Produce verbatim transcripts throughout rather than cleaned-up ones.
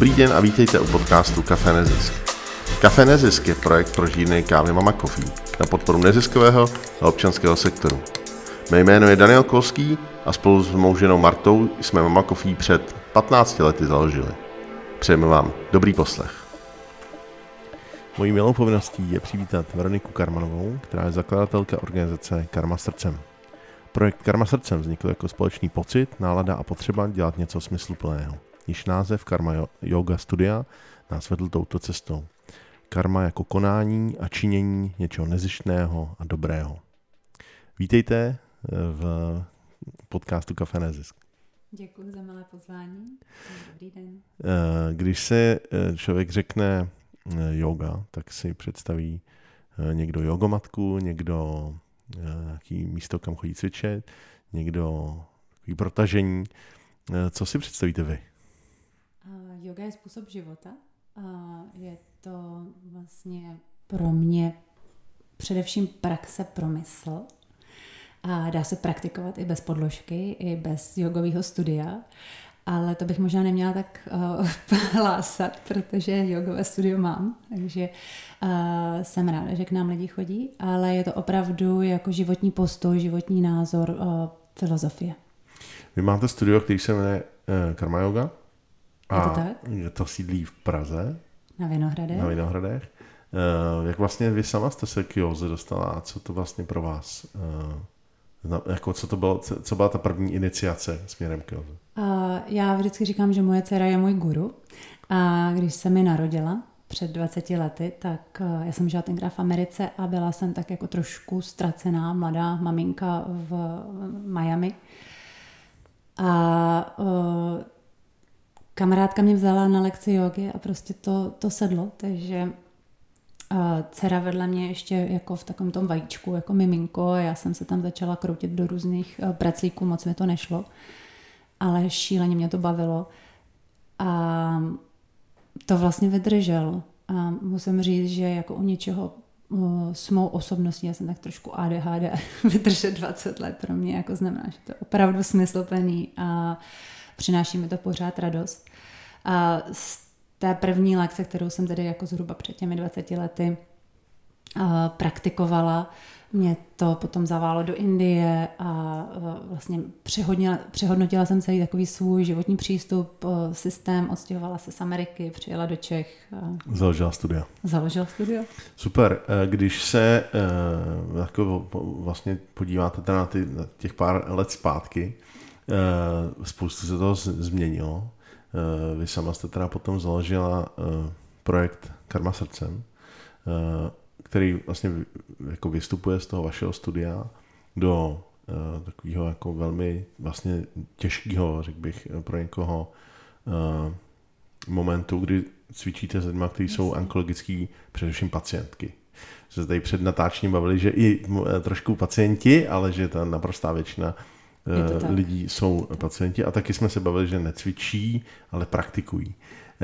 Dobrý den a vítejte u podcastu Café Nezisk. Café Nezisk je projekt pro žírny kávy Mama Coffee na podporu neziskového a občanského sektoru. Mé jméno je Daniel Kolský a spolu s mou ženou Martou jsme Mama Coffee před patnácti lety založili. Přejeme vám dobrý poslech. Mojí milou povinností je přivítat Veroniku Karmanovou, která je zakladatelka organizace Karma srdcem. Projekt Karma srdcem vznikl jako společný pocit, nálada a potřeba dělat něco smysluplného. Již název Karma Yoga Studia nás vedl touto cestou. Karma jako konání a činění něčeho nezištného a dobrého. Vítejte v podcastu Café Nezisk. Děkuji za milé pozvání. Dobrý den. Když se člověk řekne yoga, tak si představí někdo jogomatku, někdo nějaký místo, kam chodí cvičet, někdo takový protažení. Co si představíte vy? Yoga je způsob života. Je to vlastně pro mě především praxe pro mysl. A dá se praktikovat i bez podložky, i bez jogového studia. Ale to bych možná neměla tak uh, hlásat, protože jogové studio mám, takže uh, jsem ráda, že k nám lidi chodí, ale je to opravdu jako životní postoj, životní názor, uh, filozofie. Vy máte studio, který se jmenuje uh, Karma Yoga. A je to tak? Je to sídlí v Praze. Na Vinohradech. Na Vinohradech. Uh, jak vlastně vy sama jste se k józe dostala a co to vlastně pro vás uh, jako co to bylo, co byla ta první iniciace směrem k józe? Uh, já vždycky říkám, že moje dcera je můj guru. A když se mi narodila před dvaceti lety, tak uh, já jsem žila tenkrát v Americe a byla jsem tak jako trošku ztracená, mladá maminka v Miami. A uh, kamarádka mě vzala na lekci jógy a prostě to, to sedlo, takže uh, dcera vedle mě ještě jako v takovém tom vajíčku, jako miminko, a já jsem se tam začala kroutit do různých uh, praclíků, moc mi to nešlo, ale šíleně mě to bavilo a to vlastně vydrželo. A musím říct, že jako u něčeho uh, s mou osobností, já jsem tak trošku A D H D, vydržet dvacet let pro mě jako znamená, že to je opravdu smysluplný a přináší mi to pořád radost. A z té první lekce, kterou jsem tedy jako zhruba před těmi dvaceti lety uh, praktikovala, mě to potom zaválo do Indie a uh, vlastně přehodnotila jsem celý takový svůj životní přístup, uh, systém, odstěhovala se z Ameriky, přijela do Čech. Uh, Založila studia. Založila studio. Super. Když se uh, jako vlastně podíváte na, ty, na těch pár let zpátky, Uh, spoustu se toho změnilo. Uh, vy sama jste teda potom založila uh, projekt Karma srdcem, uh, který vlastně jako vystupuje z toho vašeho studia do uh, takového jako velmi vlastně těžkého, řekl bych, pro někoho uh, momentu, kdy cvičíte s lidmi, kteří jsou onkologický, především pacientky. Se tady před natáčením bavili, že i trošku pacienti, ale že ta naprostá většina lidí jsou pacienti a taky jsme se bavili, že necvičí, ale praktikují.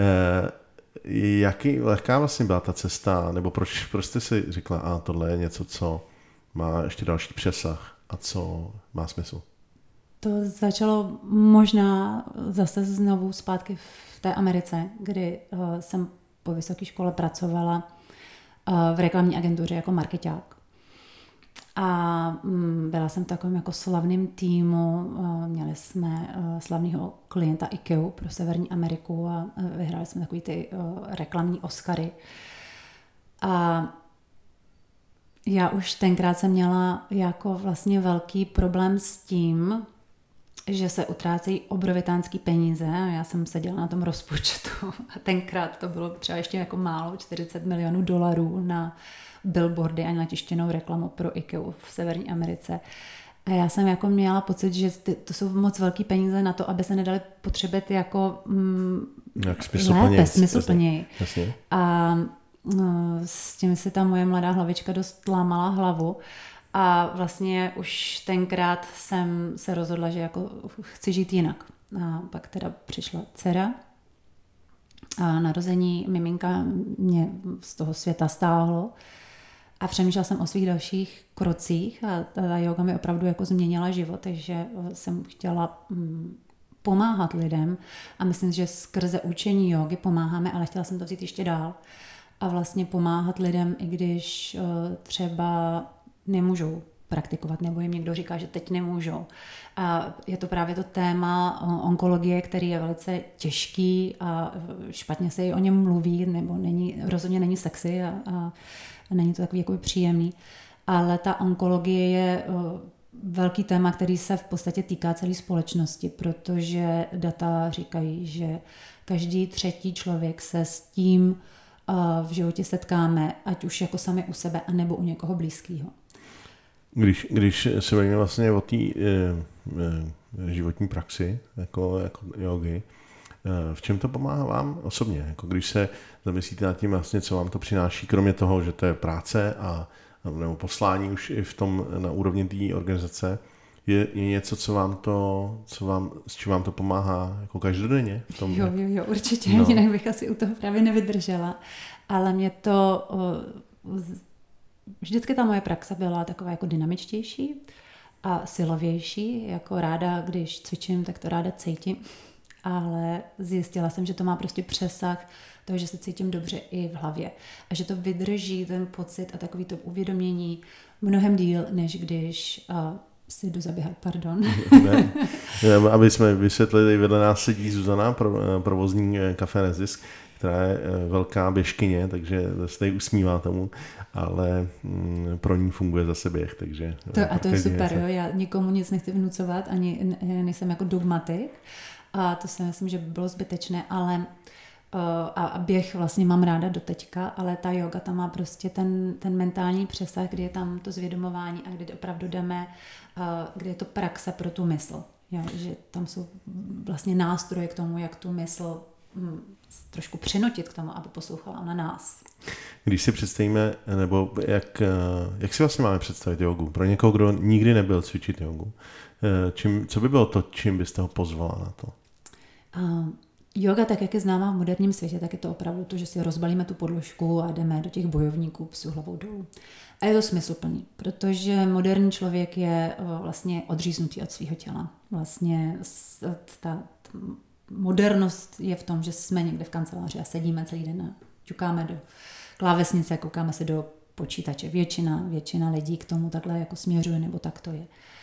Jaký, jaká vlastně byla ta cesta, nebo proč, proč jste si řekla, a tohle je něco, co má ještě další přesah a co má smysl? To začalo možná zase znovu zpátky v té Americe, kdy uh, jsem po vysoké škole pracovala uh, v reklamní agentuře jako markeťák. A byla jsem v takovém jako slavném týmu, měli jsme slavného klienta IKEA pro Severní Ameriku a vyhráli jsme takový ty reklamní Oscary. A já už tenkrát jsem měla jako vlastně velký problém s tím, že se utrácejí obrovitánský peníze a já jsem seděla na tom rozpočtu a tenkrát to bylo třeba ještě jako málo, čtyřicet milionů dolarů na billboardy a natištěnou reklamu pro IKEA v Severní Americe. A já jsem jako měla pocit, že ty, to jsou moc velký peníze na to, aby se nedali potřebit jako mm, lépe, smysluplněji. A no, s tím si ta moje mladá hlavička dost lámala hlavu. A vlastně už tenkrát jsem se rozhodla, že jako chci žít jinak. A pak teda přišla dcera. A narození miminka mě z toho světa stáhlo. A přemýšlela jsem o svých dalších krocích a ta yoga mi opravdu jako změnila život, takže jsem chtěla pomáhat lidem a myslím, že skrze učení jógy pomáháme, ale chtěla jsem to vzít ještě dál a vlastně pomáhat lidem, i když třeba nemůžou praktikovat, nebo jim někdo říká, že teď nemůžou. A je to právě to téma onkologie, který je velice těžký a špatně se i o něm mluví, nebo není, rozhodně není sexy a, a není to takový jako příjemný. Ale ta onkologie je velký téma, který se v podstatě týká celé společnosti, protože data říkají, že každý třetí člověk se s tím v životě setkáme, ať už jako sami u sebe, anebo u někoho blízkého. Když, když se bavíme vlastně o té e, e, životní praxi, jako, jako jogy, e, v čem to pomáhá vám osobně? Jako když se zamyslíte nad tím, vlastně, co vám to přináší, kromě toho, že to je práce a nebo poslání už i v tom na úrovni té organizace, je, je něco, co vám to, co vám, s čím vám to pomáhá jako každodenně? V tom, jo, jo, jo, určitě, no. Jinak bych asi u toho právě nevydržela, ale mě to o, vždycky ta moje praxe byla taková jako dynamičtější a silovější, jako ráda, když cvičím, tak to ráda cítím, ale zjistila jsem, že to má prostě přesah toho, že se cítím dobře i v hlavě a že to vydrží ten pocit a takový to uvědomění mnohem díl, než když uh, si jdu zaběhat, pardon. Ne, ne, aby jsme vysvětlili, vedle nás sedí Zuzana, provozní Café Nezisk, která je velká běžkyně, takže se tady usmívá tomu, ale pro ní funguje zase běh, takže... To, a to je super, jo, já nikomu nic nechci vnucovat, ani nejsem jako dogmatik a to si myslím, že by bylo zbytečné, ale a běh vlastně mám ráda do teďka, ale ta yoga tam má prostě ten, ten mentální přesah, kdy je tam to zvědomování a kdy opravdu jdeme, kdy je to praxe pro tu mysl, jo, že tam jsou vlastně nástroje k tomu, jak tu mysl hm, trošku přinutit k tomu, aby poslouchala na nás. Když si představíme, nebo jak, jak si vlastně máme představit jogu? Pro někoho, kdo nikdy nebyl cvičit jogu, čím, co by bylo to, čím byste ho pozvala na to? Uh, yoga, tak jak je známá v moderním světě, tak je to opravdu to, že si rozbalíme tu podložku a jdeme do těch bojovníků psu hlavou dolů. A je to smysluplný, protože moderní člověk je vlastně odříznutý od svého těla. Vlastně ta modernost je v tom, že jsme někde v kanceláři a sedíme celý den a ťukáme do klávesnice, koukáme se do počítače. Většina, většina lidí k tomu takhle jako směřuje, nebo tak to je.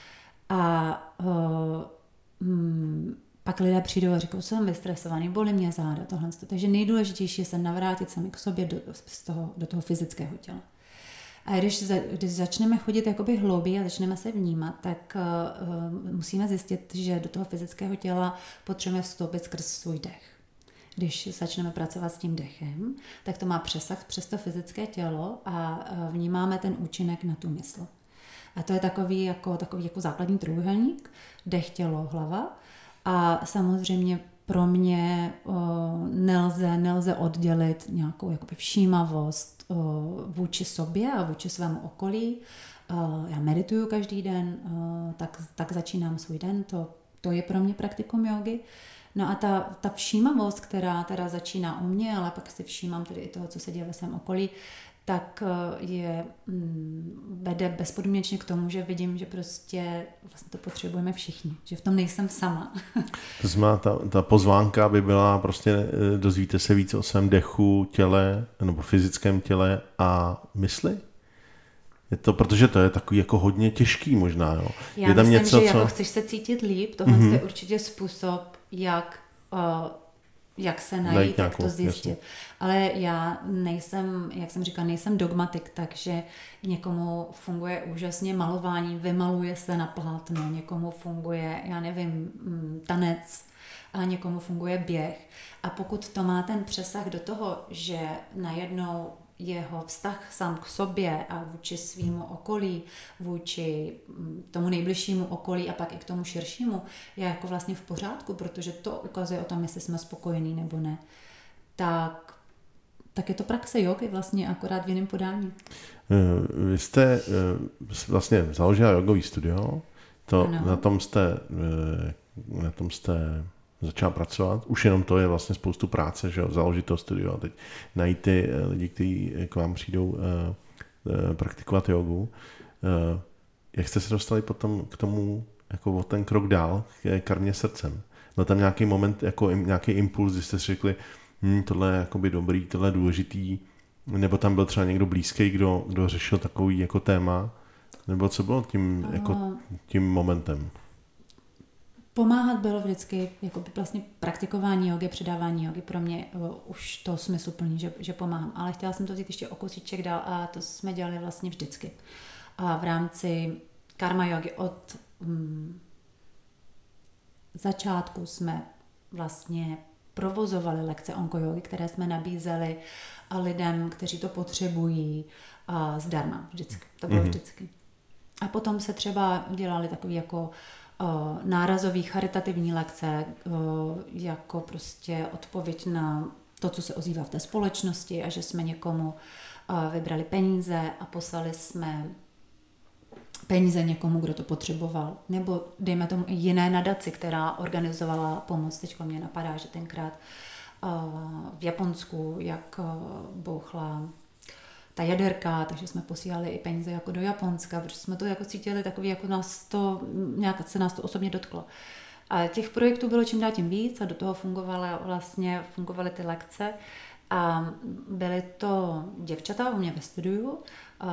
A uh, hmm, pak lidé přijdou a říkají, jsem vystresovaný, bolí mě záda, tohle. Takže nejdůležitější je se navrátit sami k sobě do, z toho, do toho fyzického těla. A když, za, když začneme chodit jakoby hlouběji a začneme se vnímat, tak uh, musíme zjistit, že do toho fyzického těla potřebujeme vstoupit skrz svůj dech. Když začneme pracovat s tím dechem, tak to má přesah přes to fyzické tělo a uh, vnímáme ten účinek na tu mysl. A to je takový jako, takový jako základní trojúhelník, dech, tělo, hlava. A samozřejmě pro mě o, nelze, nelze oddělit nějakou jakoby všímavost o, vůči sobě a vůči svému okolí. O, já medituju každý den, o, tak, tak začínám svůj den, to, to je pro mě praktikum jógy. No a ta, ta všímavost, která teda začíná u mě, ale pak si všímám tedy i toho, co se děje ve svém okolí, tak je, vede bezpodmínečně k tomu, že vidím, že prostě vlastně to potřebujeme všichni, že v tom nejsem sama. To znamená, ta, ta pozvánka by byla prostě dozvíte se víc o svém dechu, těle, nebo fyzickém těle a mysli? Je to, protože to je takový jako hodně těžký možná, jo. Já je tam myslím, něco, že co... jako chceš se cítit líp, tohle mm-hmm. je určitě způsob, jak... Uh, jak se najít, najít nějakou, jak to zjistit. Jasně. Ale já nejsem, jak jsem říkala, nejsem dogmatik, takže někomu funguje úžasně malování, vymaluje se na plátno, někomu funguje, já nevím, tanec a někomu funguje běh. A pokud to má ten přesah do toho, že najednou jeho vztah sám k sobě a vůči svýmu okolí, vůči tomu nejbližšímu okolí a pak i k tomu širšímu je jako vlastně v pořádku, protože to ukazuje o tom, jestli jsme spokojení nebo ne, tak, tak je to praxe jógy vlastně akorát v jiném podání. Vy jste vlastně založila jogový studio, to, na tom jste, na tom jste začal pracovat. Už jenom to je vlastně spoustu práce, že jo, založit to studio a teď najít ty lidi, kteří k vám přijdou uh, uh, praktikovat jogu. Uh, jak jste se dostali potom k tomu, jako o ten krok dál, k karmě srdcem? Byl tam nějaký moment, jako nějaký impuls, kdy jste si řekli, hm, tohle je jakoby dobrý, tohle je důležitý, nebo tam byl třeba někdo blízký, kdo, kdo řešil takový jako téma, nebo co bylo tím, jako, tím momentem? Pomáhat bylo vždycky jako vlastně praktikování jogy, předávání jogy pro mě uh, už to smysluplný, že, že pomáhám. Ale chtěla jsem to vzít ještě o kousíček dál a to jsme dělali vlastně vždycky. A v rámci karma jogy od um, začátku jsme vlastně provozovali lekce onkojogy, které jsme nabízeli lidem, kteří to potřebují a zdarma vždycky. To bylo mm-hmm. vždycky. A potom se třeba dělali takový jako uh, nárazový charitativní lekce, uh, jako prostě odpověď na to, co se ozývá v té společnosti a že jsme někomu uh, vybrali peníze a poslali jsme peníze někomu, kdo to potřeboval. Nebo dejme tomu i jiné nadaci, která organizovala pomoc. Teďko mě napadá, že tenkrát uh, v Japonsku, jak uh, bouchla ta jaderka, takže jsme posílali i peníze jako do Japonska, protože jsme to jako cítili takový, jako nás to, nějak se nás to osobně dotklo. A těch projektů bylo čím dál tím víc a do toho fungovaly vlastně fungovaly ty lekce a byly to děvčata u mě ve studiu, uh,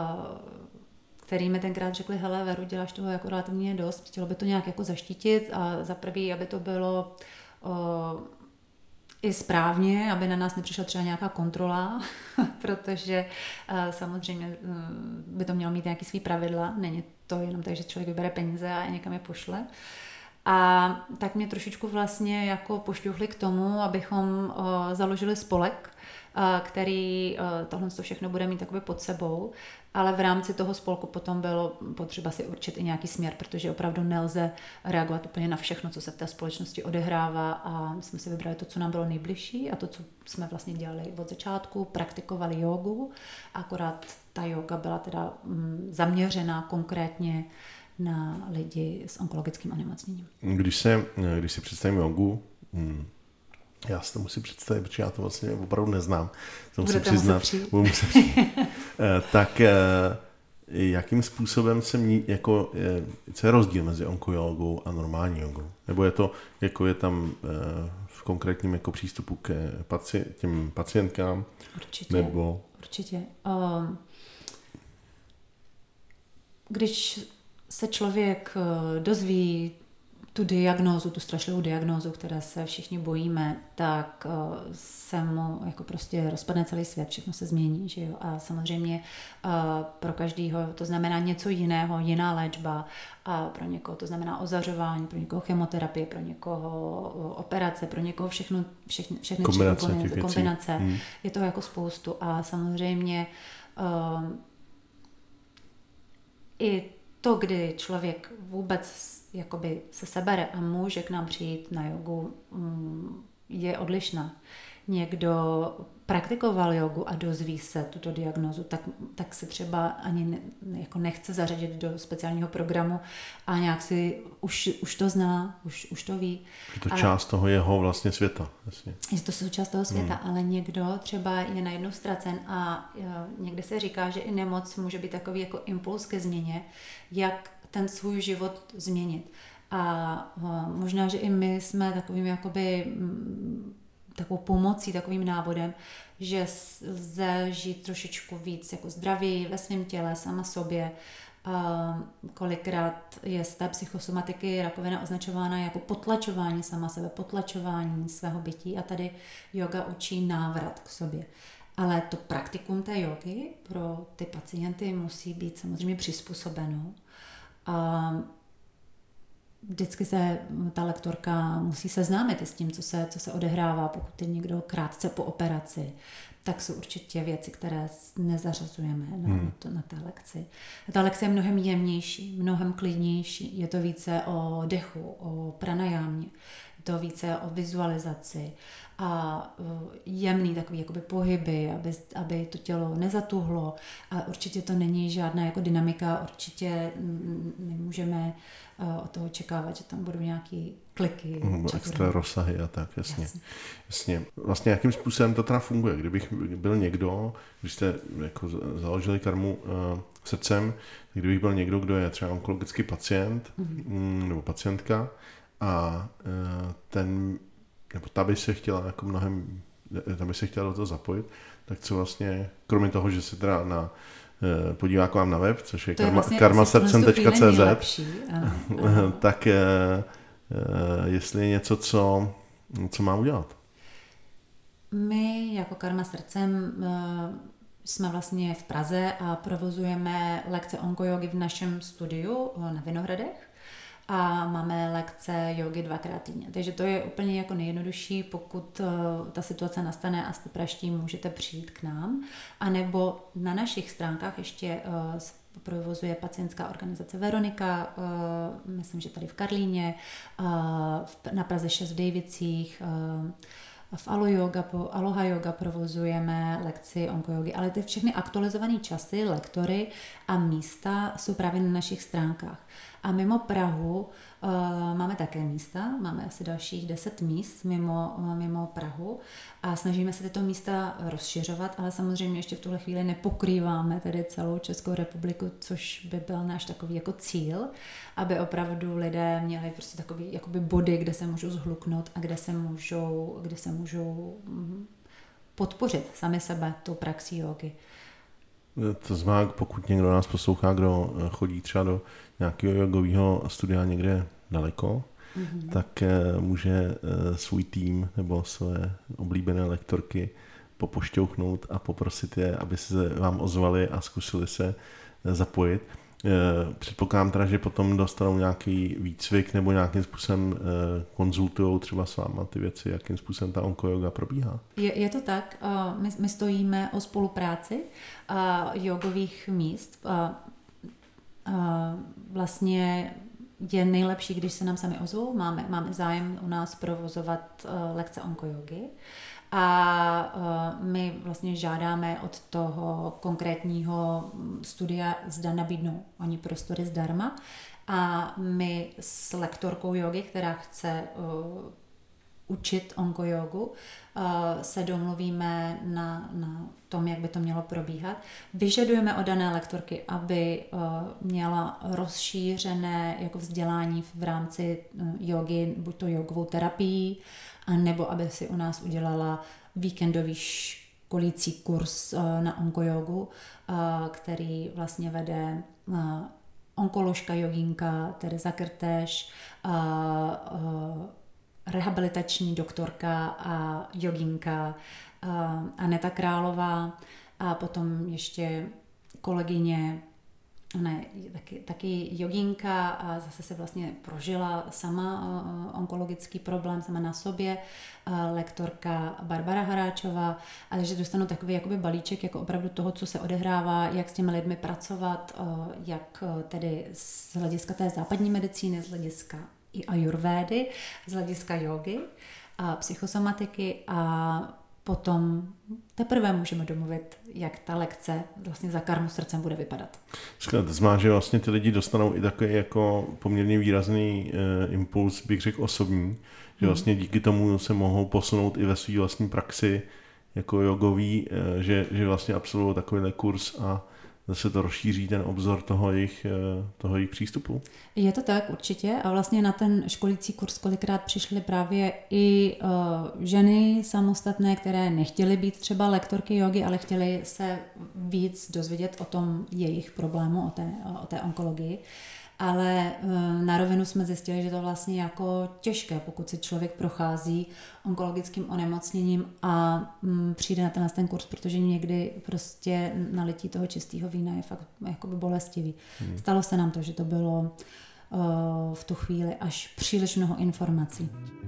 který mi tenkrát řekli, hele Veru, děláš toho jako relativně dost, chtělo by to nějak jako zaštítit a za prvý, aby to bylo uh, i správně, aby na nás nepřišla třeba nějaká kontrola, protože uh, samozřejmě uh, by to mělo mít nějaký svý pravidla, není to jenom tak, že člověk vybere peníze a někam je pošle. A tak mě trošičku vlastně jako pošťuhli k tomu, abychom uh, založili spolek, uh, který uh, tohle všechno bude mít takový pod sebou, ale v rámci toho spolku potom bylo potřeba si určit i nějaký směr, protože opravdu nelze reagovat úplně na všechno, co se v té společnosti odehrává a my jsme si vybrali to, co nám bylo nejbližší a to, co jsme vlastně dělali od začátku, praktikovali jogu, akorát ta joga byla teda mm, zaměřená konkrétně na lidi s onkologickým onemocněním. Když se, když si představím jogu, hmm, já si to musím představit, protože já to vlastně opravdu neznám, to musím přiznat, budu muset přijít. Tak jakým způsobem se mě, jako, co je rozdíl mezi onkojogou a normální jogou? Nebo je to, jako je tam v konkrétním jako přístupu k paci, těm pacientkám? Určitě, nebo... určitě. Um, když se člověk dozví tu diagnózu, tu strašlivou diagnózu, které se všichni bojíme, tak se mu jako prostě rozpadne celý svět, všechno se změní, že jo? A samozřejmě pro každýho to znamená něco jiného, jiná léčba, a pro někoho to znamená ozařování, pro někoho chemoterapie, pro někoho operace, pro někoho všechno, všechny, všechny kombinace, všechny kombinace. Hmm. Je to jako spoustu a samozřejmě um, i to, kdy člověk vůbec jakoby se sebere a může k nám přijít na jogu, je odlišná. Někdo praktikoval jogu a dozví se tuto diagnózu, tak, tak se třeba ani ne, jako nechce zařadit do speciálního programu a nějak si už, už to zná, už, už to ví. Je to ale, část toho jeho vlastně světa. Jasně. Je to součást toho světa, hmm. ale někdo třeba je najednou ztracen a někdy se říká, že i nemoc může být takový jako impuls ke změně, jak ten svůj život změnit. A možná, že i my jsme takovým jakoby takovou pomocí, takovým návodem, že lze žít trošičku víc jako zdraví ve svém těle, sama sobě. A kolikrát je z té psychosomatiky rakovina označována jako potlačování sama sebe, potlačování svého bytí a tady yoga učí návrat k sobě. Ale to praktikum té jogy pro ty pacienty musí být samozřejmě přizpůsobeno. A vždycky se ta lektorka musí seznámit s tím, co se, co se odehrává, pokud je někdo krátce po operaci, tak jsou určitě věci, které nezařazujeme na, hmm. na, to, na té lekci. Ta lekce je mnohem jemnější, mnohem klidnější, je to více o dechu, o pranajámě, je to více o vizualizaci a jemný takový jakoby pohyby, aby, aby to tělo nezatuhlo a určitě to není žádná jako dynamika, určitě nemůžeme od toho očekávat, že tam budou nějaký kliky. Mm, extra rozsahy a tak, jasně. jasně. jasně. Vlastně jakým způsobem to teda funguje? Kdybych byl někdo, když jste jako založili karmu uh, srdcem, kdybych byl někdo, kdo je třeba onkologický pacient mm-hmm. nebo pacientka a ten, nebo ta by se chtěla jako mnohem, ta by se chtěla do toho zapojit, tak co vlastně, kromě toho, že se teda na podívá k vám na web, což je, je karma, vlastně karmasrdcem tečka cé zet, tak je, jestli je něco, co, co mám udělat. My jako Karma srdcem jsme vlastně v Praze a provozujeme lekce onkojogy v našem studiu na Vinohradech a máme lekce jogy dvakrát týdně. Takže to je úplně jako nejjednodušší, pokud ta situace nastane a jste praští, můžete přijít k nám. A nebo na našich stránkách ještě provozuje pacientská organizace Veronika, myslím, že tady v Karlíně, na Praze šest v Dejvicích, v Alo yoga, Aloha yoga provozujeme lekci onkojogy, ale ty všechny aktualizované časy, lektory a místa jsou právě na našich stránkách. A mimo Prahu uh, máme také místa, máme asi dalších deset míst mimo, uh, mimo Prahu a snažíme se tyto místa rozšiřovat, ale samozřejmě ještě v tuhle chvíli nepokrýváme tedy celou Českou republiku, což by byl náš takový jako cíl, aby opravdu lidé měli prostě takový jakoby body, kde se můžou zhluknout a kde se můžou, kde se můžou podpořit sami sebe tou praxí jogy. To znamená, pokud někdo nás poslouchá, kdo chodí třeba do nějakého jogového studia někde daleko, mm-hmm. tak může svůj tým nebo své oblíbené lektorky popošťouchnout a poprosit je, aby se vám ozvali a zkusili se zapojit. Předpokládám teda, že potom dostanou nějaký výcvik nebo nějakým způsobem konzultujou třeba s váma ty věci, jakým způsobem ta onkoyoga probíhá. Je, je to tak, my, my stojíme o spolupráci jogových míst. Vlastně je nejlepší, když se nám sami ozvou. Máme, máme zájem u nás provozovat lekce onkoyogy. A my vlastně žádáme od toho konkrétního studia, zda nabídnou oni prostory zdarma. A my s lektorkou jogy, která chce uh, učit onkojogu, uh, se domluvíme na, na tom, jak by to mělo probíhat. Vyžadujeme od dané lektorky, aby uh, měla rozšířené jako vzdělání v rámci uh, jogy, buď to jogovou terapii, a nebo aby si u nás udělala víkendový školící kurz na onkojogu, který vlastně vede onkoložka jogínka Tereza Krtéš, rehabilitační doktorka a jogínka Aneta Králová a potom ještě kolegyně Ne, taky, taky jogínka a zase se vlastně prožila sama uh, onkologický problém, sama na sobě, uh, lektorka Barbara Haráčová, a takže dostanu takový jakoby balíček jako opravdu toho, co se odehrává, jak s těmi lidmi pracovat, uh, jak uh, tedy z hlediska té západní medicíny, z hlediska i ajurvédy, z hlediska jogy a psychosomatiky a potom teprve můžeme domluvit, jak ta lekce vlastně za Karmu srdcem bude vypadat. Skvěle, to znamená, že vlastně ty lidi dostanou i takový jako poměrně výrazný e, impuls, bych řekl osobní, že vlastně díky tomu se mohou posunout i ve své vlastní praxi jako jogový, e, že, že vlastně absolvují takovýhle kurz a zase to rozšíří ten obzor toho jejich, toho jejich přístupu. Je to tak určitě a vlastně na ten školící kurz kolikrát přišly právě i uh, ženy samostatné, které nechtěly být třeba lektorky jogy, ale chtěly se víc dozvědět o tom jejich problému, o té, o té onkologii. Ale na rovinu jsme zjistili, že to vlastně jako těžké, pokud si člověk prochází onkologickým onemocněním a m, přijde na ten, na ten kurz, protože někdy prostě nalití toho čistého vína je fakt jakoby bolestivý. Hmm. Stalo se nám to, že to bylo uh, v tu chvíli až příliš mnoho informací.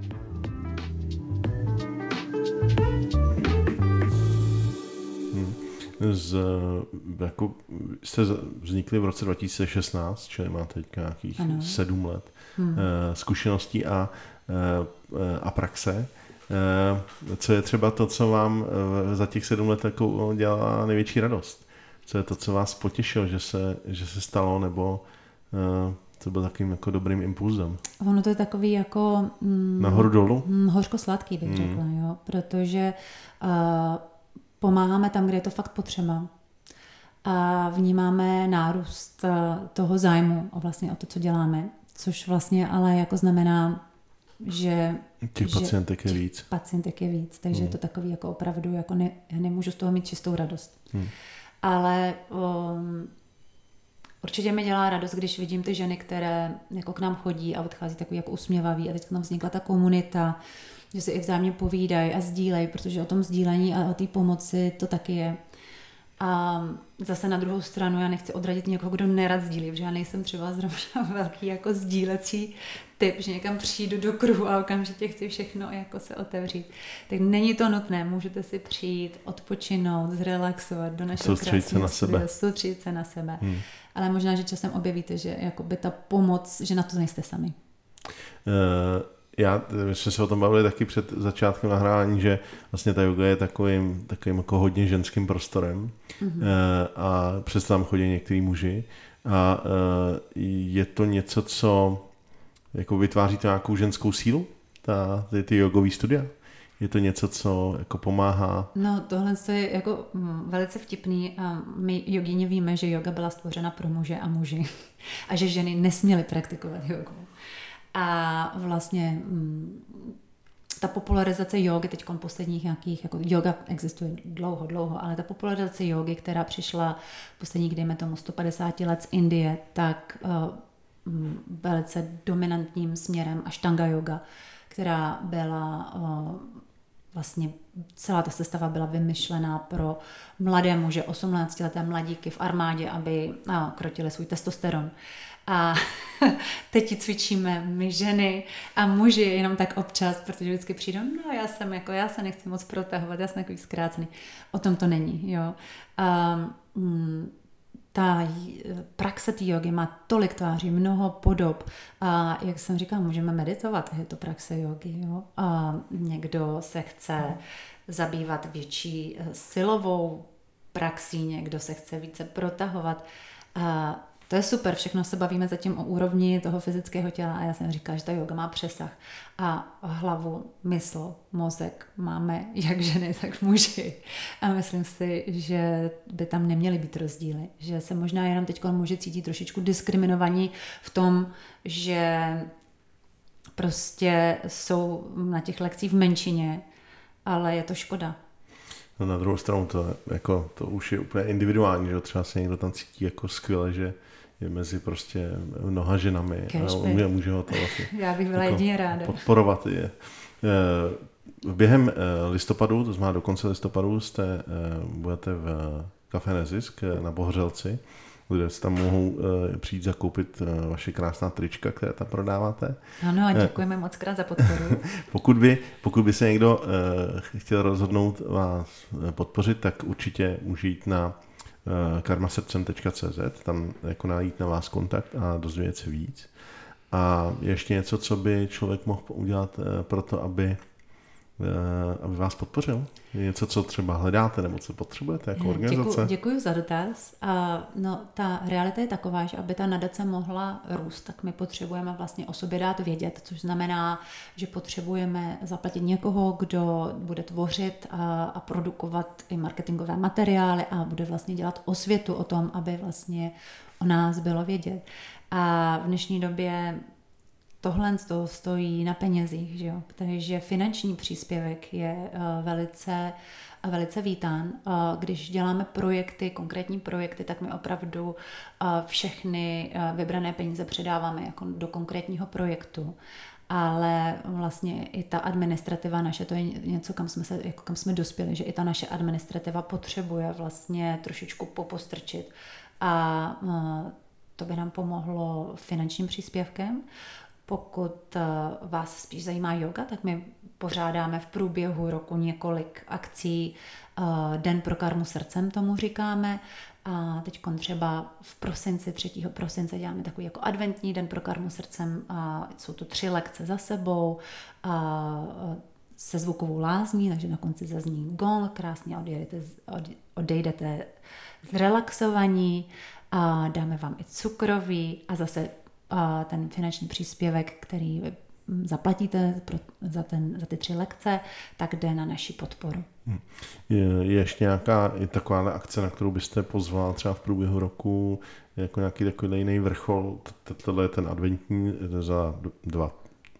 Z, jako, jste vznikli v roce dva tisíce šestnáct, čili máte teď nějakých ano. sedm let hmm. zkušeností a, a praxe. Co je třeba to, co vám za těch sedm let jako dělá největší radost? Co je to, co vás potěšilo, že se, že se stalo, nebo co byl takovým jako dobrým impulzem? Ono to je takový jako... Mm, nahoru dolů? Mm, hořko-sladký bych hmm. řekla, jo, protože... Uh, pomáháme tam, kde je to fakt potřeba. A vnímáme nárůst toho zájmu o vlastně o to, co děláme. Což vlastně ale jako znamená že těch že pacientek je těch víc. Pacientek je víc, takže hmm. je to takový jako opravdu, jako ne, nemůžu z toho mít čistou radost. Hmm. Ale um, určitě mi dělá radost, když vidím ty ženy, které jako k nám chodí a odchází takový jako usměvavý a teď tam vznikla ta komunita, že si i vzájemně povídají a sdílejí, protože o tom sdílení a o té pomoci to taky je. A zase na druhou stranu já nechci odradit někoho, kdo nerad sdílí, protože já nejsem třeba zrovna velký jako sdílecí typ, že někam přijdu do kruhu a okamžitě chci všechno jako se otevřít. Tak není to nutné, můžete si přijít, odpočinout, zrelaxovat do našeho krásného studia, soustředit se na sebe. Hmm. Ale možná, že časem objevíte, že jakoby ta pomoc, že na to nejste sami. Uh... Já, my jsme se o tom bavili taky před začátkem nahrávání, že vlastně ta yoga je takovým, takovým jako hodně ženským prostorem mm-hmm. a přesto tam chodí některý muži a je to něco, co jako vytváří to nějakou ženskou sílu, ta, ty, ty jogový studia. Je to něco, co jako pomáhá? No tohle je jako velice vtipný a my jogíni víme, že yoga byla stvořena pro muže a muži a že ženy nesměly praktikovat jogu. A vlastně ta popularizace jógy teď posledních nějakých, jako yoga existuje dlouho, dlouho, ale ta popularizace jógy, která přišla posledních, dejme tomu, sto padesát let z Indie, tak uh, velice dominantním směrem ashtanga yoga, která byla uh, vlastně celá ta sestava byla vymyšlená pro mladé muže, osmnáctileté mladíky v armádě, aby uh, krotili svůj testosteron. A teď cvičíme my ženy a muži jenom tak občas, protože vždycky přijdou, no já jsem jako, já se nechci moc protahovat, já jsem takový zkrácený. O tom to není, jo. A, mm, ta praxe té jogy má tolik tváří, mnoho podob a jak jsem říkala, můžeme meditovat, je to praxe jogy, jo. A někdo se chce zabývat větší silovou praxí, někdo se chce více protahovat a to je super, všechno se bavíme zatím o úrovni toho fyzického těla a já jsem říkala, že ta yoga má přesah a hlavu, mysl, mozek máme jak ženy, tak muži. A myslím si, že by tam neměly být rozdíly, že se možná jenom teď muži cítí trošičku diskriminovaní v tom, že prostě jsou na těch lekcích v menšině, ale je to škoda. No na druhou stranu to, jako, to už je úplně individuální, že třeba se někdo tam cítí jako skvěle, že je mezi prostě mnoha ženami a může, může ho to vlastně já bych byla jako jedině ráda. Podporovat je. Během listopadu, to znamená do konce listopadu, jste, budete v Café Nezisk na Bohořelci, kde se tam mohou přijít zakoupit vaše krásná trička, které tam prodáváte. Ano, a děkujeme moc krát za podporu. pokud, by, pokud by se někdo chtěl rozhodnout vás podpořit, tak určitě může jít na karmasrdcem tečka cé zet, tam jako najít na vás kontakt a dozvědět se víc. A ještě něco, co by člověk mohl udělat pro to, aby, aby vás podpořil? Něco, co třeba hledáte nebo co potřebujete jako organizace? Děkuji, děkuji za dotaz. A no, ta realita je taková, že aby ta nadace mohla růst, tak my potřebujeme vlastně o sobě dát vědět, což znamená, že potřebujeme zaplatit někoho, kdo bude tvořit a, a produkovat i marketingové materiály a bude vlastně dělat osvětu o tom, aby vlastně o nás bylo vědět. A v dnešní době tohle to stojí na penězích, že jo? Takže finanční příspěvek je uh, velice, uh, velice vítán. Uh, když děláme projekty, konkrétní projekty, tak my opravdu uh, všechny uh, vybrané peníze předáváme jako do konkrétního projektu. Ale vlastně i ta administrativa naše, to je něco, kam jsme, se, jako kam jsme dospěli, že i ta naše administrativa potřebuje vlastně trošičku popostrčit. A uh, to by nám pomohlo finančním příspěvkem. Pokud vás spíš zajímá yoga, tak my pořádáme v průběhu roku několik akcí. Den pro karmu srdcem tomu říkáme. A teď třeba v prosinci, třetího prosince děláme takový jako adventní den pro karmu srdcem. A jsou to tři lekce za sebou a se zvukovou lázní, takže na konci zazní gong, krásně odejdete, odejdete zrelaxovaní a dáme vám i cukroví a zase a ten finanční příspěvek, který zaplatíte pro, za, ten, za ty tři lekce, tak jde na naši podporu. Hmm. Je, je ještě nějaká je taková akce, na kterou byste pozval třeba v průběhu roku, jako nějaký takový jiný vrchol, tohle je ten adventní za dva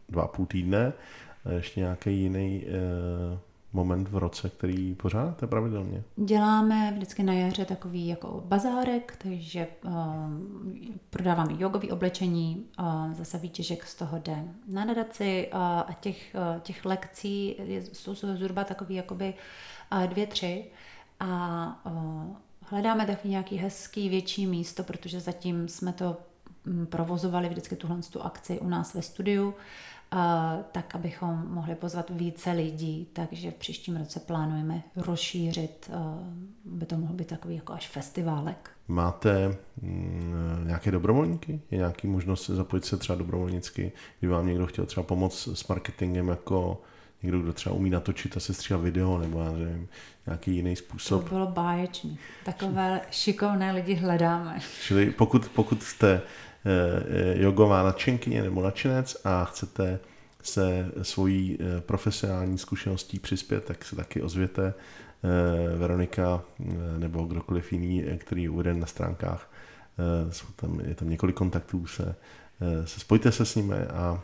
dva a půl týdne. A ještě nějaký jiný e, moment v roce, který pořádáte pravidelně? Děláme vždycky na jaře takový jako bazárek, takže um, prodáváme jogový oblečení, uh, zase výtěžek z toho jde na nadaci uh, a těch, uh, těch lekcí jsou zhruba takový jakoby uh, dvě, tři a uh, hledáme takový nějaký hezký větší místo, protože zatím jsme to um, provozovali vždycky tuhle tu akci u nás ve studiu, Uh, tak, abychom mohli pozvat více lidí, takže v příštím roce plánujeme rozšířit, uh, by to mohl být takový jako až festiválek. Máte mm, nějaké dobrovolníky? Je nějaký možnost zapojit se třeba dobrovolnicky, kdyby vám někdo chtěl třeba pomoct s marketingem, jako někdo, kdo třeba umí natočit a sestříhat video, nebo já nevím, nějaký jiný způsob? To bylo báječný. Takové šikovné lidi hledáme. Čili pokud, pokud jste jogová nadšenkyně nebo nadšenec a chcete se svojí profesionální zkušeností přispět, tak se taky ozvěte. Veronika nebo kdokoliv jiný, který je uveden na stránkách. Jsou tam, je tam několik kontaktů, se, se spojte se s nimi a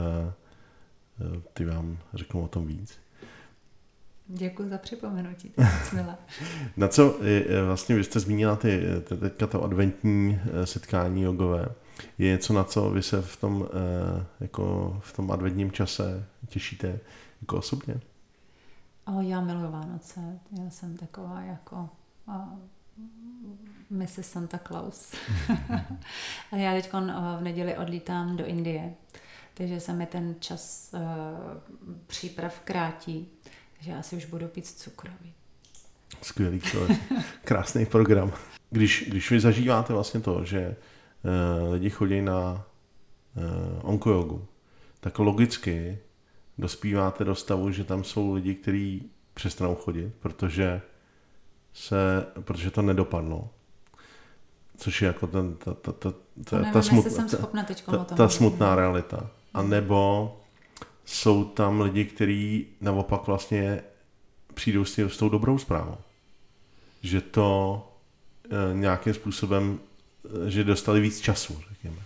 ty vám řeknou o tom víc. Děkuji za připomenutí, to je milé. Na co vlastně vy jste zmínila ty, teďka to adventní setkání jogové. Je něco, na co vy se v tom, jako v tom adventním čase těšíte jako osobně? O, já miluji Vánoce. Já jsem taková jako missus Santa Claus. A já teď v neděli odlítám do Indie, takže se mi ten čas uh, příprav krátí. Takže já si už budu pít cukroví. Skvělý, to je krásný program. Když, když vy zažíváte vlastně to, že uh, lidi chodí na uh, onkojogu, tak logicky dospíváte do stavu, že tam jsou lidi, kteří přestanou chodit, protože, se, protože to nedopadlo. Což je jako ten, ta, ta, ta, ta, nevím, ta, smutná, ta, ta, ta smutná realita. A nebo jsou tam lidi, kteří naopak vlastně přijdou s, tím, s tou dobrou zprávou. Že to e, nějakým způsobem, e, že dostali víc času, řekněme.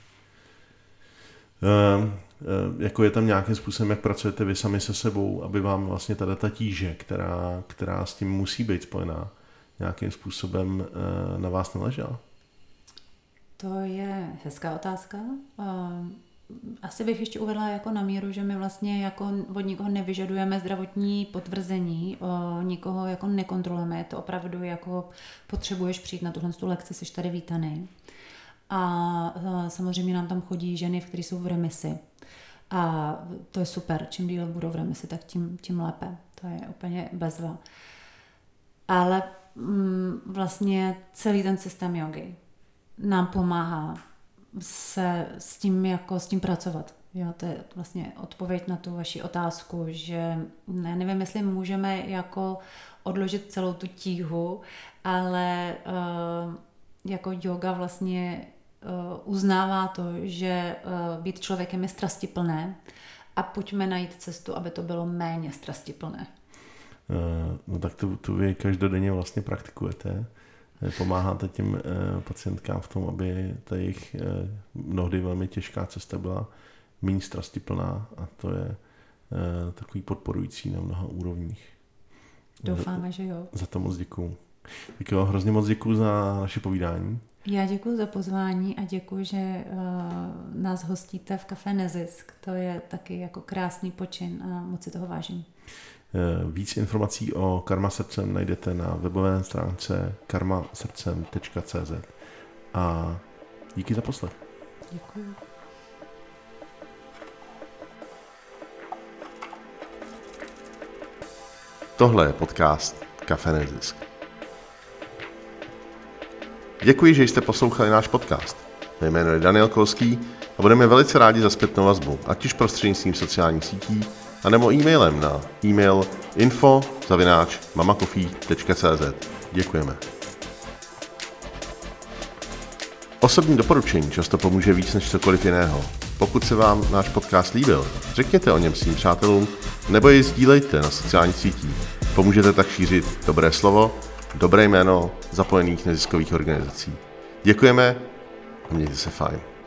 E, e, jako je tam nějakým způsobem, jak pracujete vy sami se sebou, aby vám vlastně ta data tíže, která, která s tím musí být spojená, nějakým způsobem e, na vás neležela? To je hezká otázka. Asi bych ještě uvedla jako na míru, že my vlastně jako od nikoho nevyžadujeme zdravotní potvrzení, nikoho jako nekontrolujeme, je to opravdu jako potřebuješ přijít na tuhle lekci, jsi tady vítaný. A samozřejmě nám tam chodí ženy, které jsou v remisi. A to je super, čím díl budou v remisi, tak tím, tím lépe. To je úplně bezva. Ale mm, vlastně celý ten systém jogy nám pomáhá se s tím, jako, s tím pracovat. Jo, to je vlastně odpověď na tu vaši otázku, že ne, nevím, jestli můžeme jako odložit celou tu tíhu, ale uh, jako yoga vlastně uh, uznává to, že uh, být člověkem je strastiplné a pojďme najít cestu, aby to bylo méně strastiplné. Uh, no tak to, to vy každodenně vlastně praktikujete. Pomáháte těm eh, pacientkám v tom, aby ta jejich eh, mnohdy velmi těžká cesta byla méně strastiplná a to je eh, takový podporující na mnoha úrovních. Doufáme, že jo. Za to moc děkuju. Tak jo, hrozně moc děkuju za naše povídání. Já děkuju za pozvání a děkuju, že uh, nás hostíte v Café Nezisk. To je taky jako krásný počin a moc si toho vážím. Víc informací o Karma srdcem najdete na webové stránce karma srdcem tečka cé zet. A díky za poslech. Děkuji. Tohle je podcast Café Nezisk. Děkuji, že jste poslouchali náš podcast. Mé jméno je Daniel Kolský a budeme velice rádi za zpětnou vazbu, ať už prostřednictvím sociálních sítí, anebo e-mailem na e-mail info zavináč mamacoffee tečka cé zet. Děkujeme. Osobní doporučení často pomůže víc než cokoliv jiného. Pokud se vám náš podcast líbil, řekněte o něm svým přátelům nebo jej sdílejte na sociálních sítích. Pomůžete tak šířit dobré slovo, dobré jméno zapojených neziskových organizací. Děkujeme a mějte se fajn.